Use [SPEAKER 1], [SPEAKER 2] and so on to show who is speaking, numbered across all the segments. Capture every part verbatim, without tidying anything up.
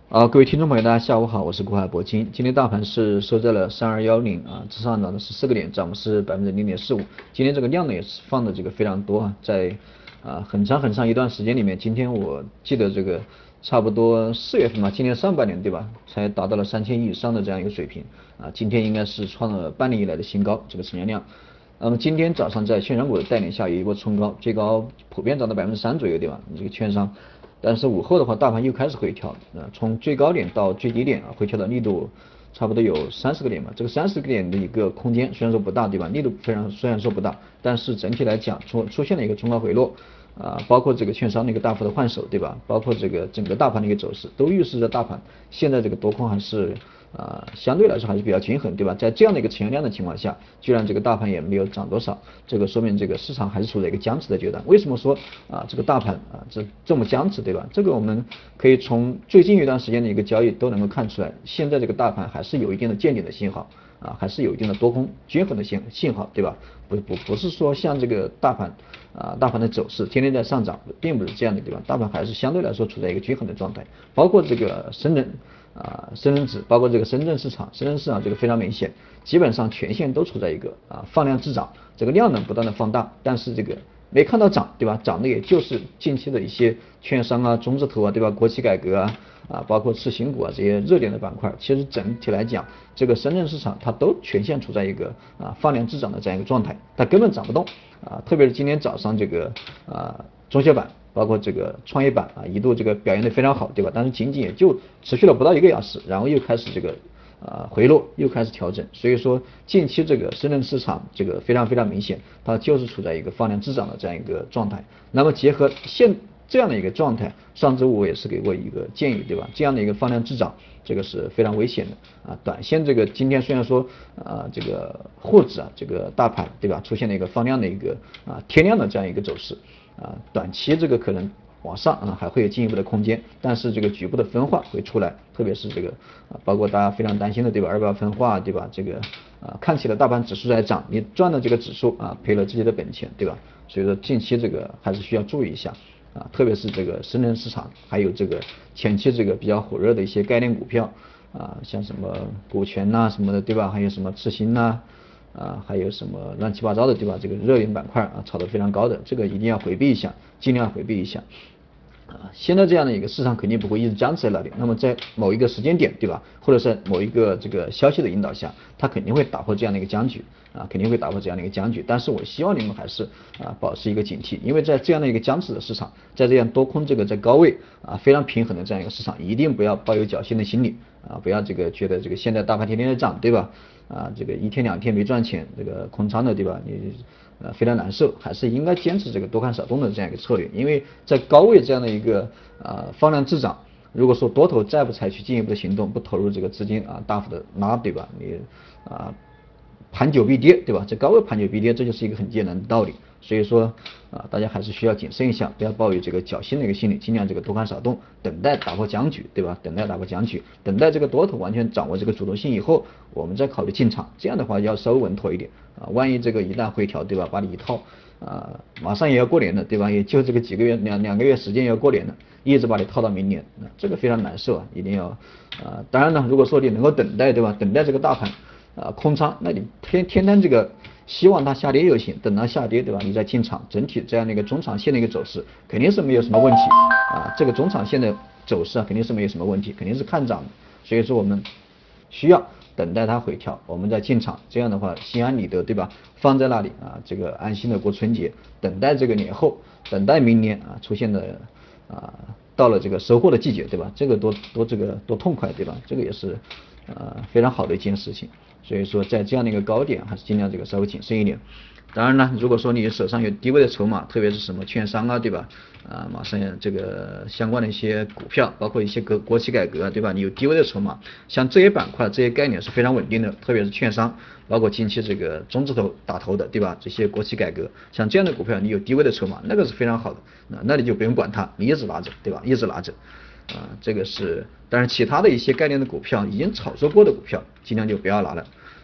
[SPEAKER 1] 啊，各位听众朋友，大家下午好，我是国海铂金。今天大盘是收在了三二幺零啊，只上涨的是四个点，涨幅是百分之零点四五。今天这个量呢也是放的这个非常多啊，在啊很长很长一段时间里面，今天我记得这个差不多四月份吧，今年上半年对吧，才达到了三千亿以上的这样一个水平啊，今天应该是创了半年以来的新高，这个成交量。那么今天早上在券商股的带领下有一波冲高，最高普遍涨到百分之三左右对吧？这个券商。但是午后的话，大盘又开始回调，呃，从最高点到最低点啊，回调的力度差不多有三十个点吧。这个三十个点的一个空间虽然说不大，对吧？力度非常虽然说不大，但是整体来讲出出现了一个冲高回落，啊，包括这个券商的一个大幅的换手，对吧？包括这个整个大盘的一个走势，都预示着大盘现在这个多空还是啊相对来说还是比较均衡，对吧？在这样的一个成交量的情况下，居然这个大盘也没有涨多少，这个说明这个市场还是处在一个僵持的阶段。为什么说啊这个大盘啊这这么僵持，对吧？这个我们可以从最近一段时间的一个交易都能够看出来，现在这个大盘还是有一定的见顶的信号。啊，还是有一定的多空均衡的信信号，对吧？不不不是说像这个大盘啊，大盘的走势天天在上涨，并不是这样的，对吧？大盘还是相对来说处在一个均衡的状态，包括这个深圳啊，深圳指，包括这个深圳市场，深圳市场这个非常明显，基本上全线都处在一个啊放量滞涨，这个量能不断的放大，但是这个没看到涨，对吧？涨的也就是近期的一些券商啊、中字头啊，对吧？国企改革啊。啊，包括次新股啊这些热点的板块，其实整体来讲，这个深圳市场它都全线处在一个啊放量滞涨的这样一个状态，它根本涨不动啊。特别是今天早上这个啊中小板，包括这个创业板啊，一度这个表现的非常好，对吧？但是仅仅也就持续了不到一个小时，然后又开始这个啊回落，又开始调整。所以说近期这个深圳市场这个非常非常明显，它就是处在一个放量滞涨的这样一个状态。那么结合现这样的一个状态，上周五我也是给过一个建议，对吧？这样的一个放量滞涨，这个是非常危险的啊。短线这个今天虽然说啊这个沪指啊这个大盘对吧出现了一个放量的一个啊天量的这样一个走势啊，短期这个可能往上啊还会有进一步的空间，但是这个局部的分化会出来，特别是这个啊包括大家非常担心的对吧？二八分化对吧？这个啊看起来大盘指数在涨，你赚了这个指数啊赔了自己的本钱对吧？所以说近期这个还是需要注意一下。啊，特别是这个深圳市场，还有这个前期这个比较火热的一些概念股票啊，像什么股权呐、什么的，对吧？还有什么次新呐，啊，还有什么乱七八糟的，对吧？这个热点板块啊，炒得非常高的，这个一定要回避一下，尽量回避一下。啊，现在这样的一个市场肯定不会一直僵持在那里，那么在某一个时间点，对吧？或者是某一个这个消息的引导下，它肯定会打破这样的一个僵局，啊，肯定会打破这样的一个僵局。但是我希望你们还是啊保持一个警惕，因为在这样的一个僵持的市场，在这样多空这个在高位啊非常平衡的这样一个市场，一定不要抱有侥幸的心理啊，不要这个觉得这个现在大盘天天在涨，对吧？啊，这个一天两天没赚钱，这个空仓的，对吧？你呃非常难受，还是应该坚持这个多看少动的这样一个策略，因为在高位这样的一个啊放量滞涨，如果说多头再不采取进一步的行动，不投入这个资金啊大幅的拉，对吧？你啊盘久必跌，对吧？这高位盘久必跌，这就是一个很简单的道理。所以说啊，大家还是需要谨慎一下，不要抱有这个侥幸的一个心理，尽量这个多看少动，等待打破僵局，对吧？等待打破僵局，等待这个多头完全掌握这个主动性以后，我们再考虑进场。这样的话要稍微稳妥一点啊，万一这个一旦回调，对吧？把你一套啊，马上也要过年了，对吧？也就这个几个月两两个月时间要过年了，一直把你套到明年，那这个非常难受啊，一定要啊。当然呢，如果说你能够等待，对吧？等待这个大盘啊空仓，那你天天天这个。希望它下跌就行，等它下跌，对吧？你再进场，整体这样的一个中长线的一个走势肯定是没有什么问题啊。这个中长线的走势啊，肯定是没有什么问题，肯定是看涨的。所以说我们需要等待它回调，我们再进场，这样的话心安理得，对吧？放在那里啊，这个安心的过春节，等待这个年后，等待明年啊出现的啊，到了这个收获的季节，对吧？这个多多这个多痛快，对吧？这个也是呃非常好的一件事情。所以说在这样的一个高点，还是尽量这个稍微谨慎一点。当然呢，如果说你手上有低位的筹码，特别是什么券商啊，对吧？啊，马上这个相关的一些股票，包括一些国国企改革，对吧？你有低位的筹码，像这些板块、这些概念是非常稳定的，特别是券商，包括近期这个中字头打头的，对吧？这些国企改革，像这样的股票，你有低位的筹码，那个是非常好的，那那你就不用管它，你一直拿着，对吧？一直拿着。啊，这个是，当然其他的一些概念的股票，已经炒作过的股票，尽量就不要拿了。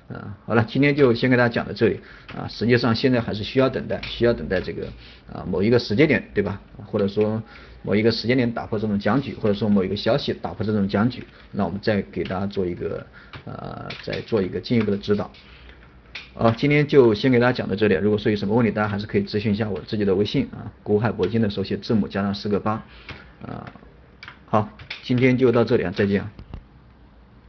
[SPEAKER 1] 啊，好了，今天就先给大家讲到这里啊。实际上现在还是需要等待，需要等待这个啊某一个时间点，对吧？或者说某一个时间点打破这种僵局，或者说某一个消息打破这种僵局，那我们再给大家做一个呃，再做一个进一步的指导。好，今天就先给大家讲到这里。如果说有什么问题，大家还是可以咨询一下我自己的微信啊，古海铂金的手写字母加上四个八啊。好，今天就到这里啊，再见啊。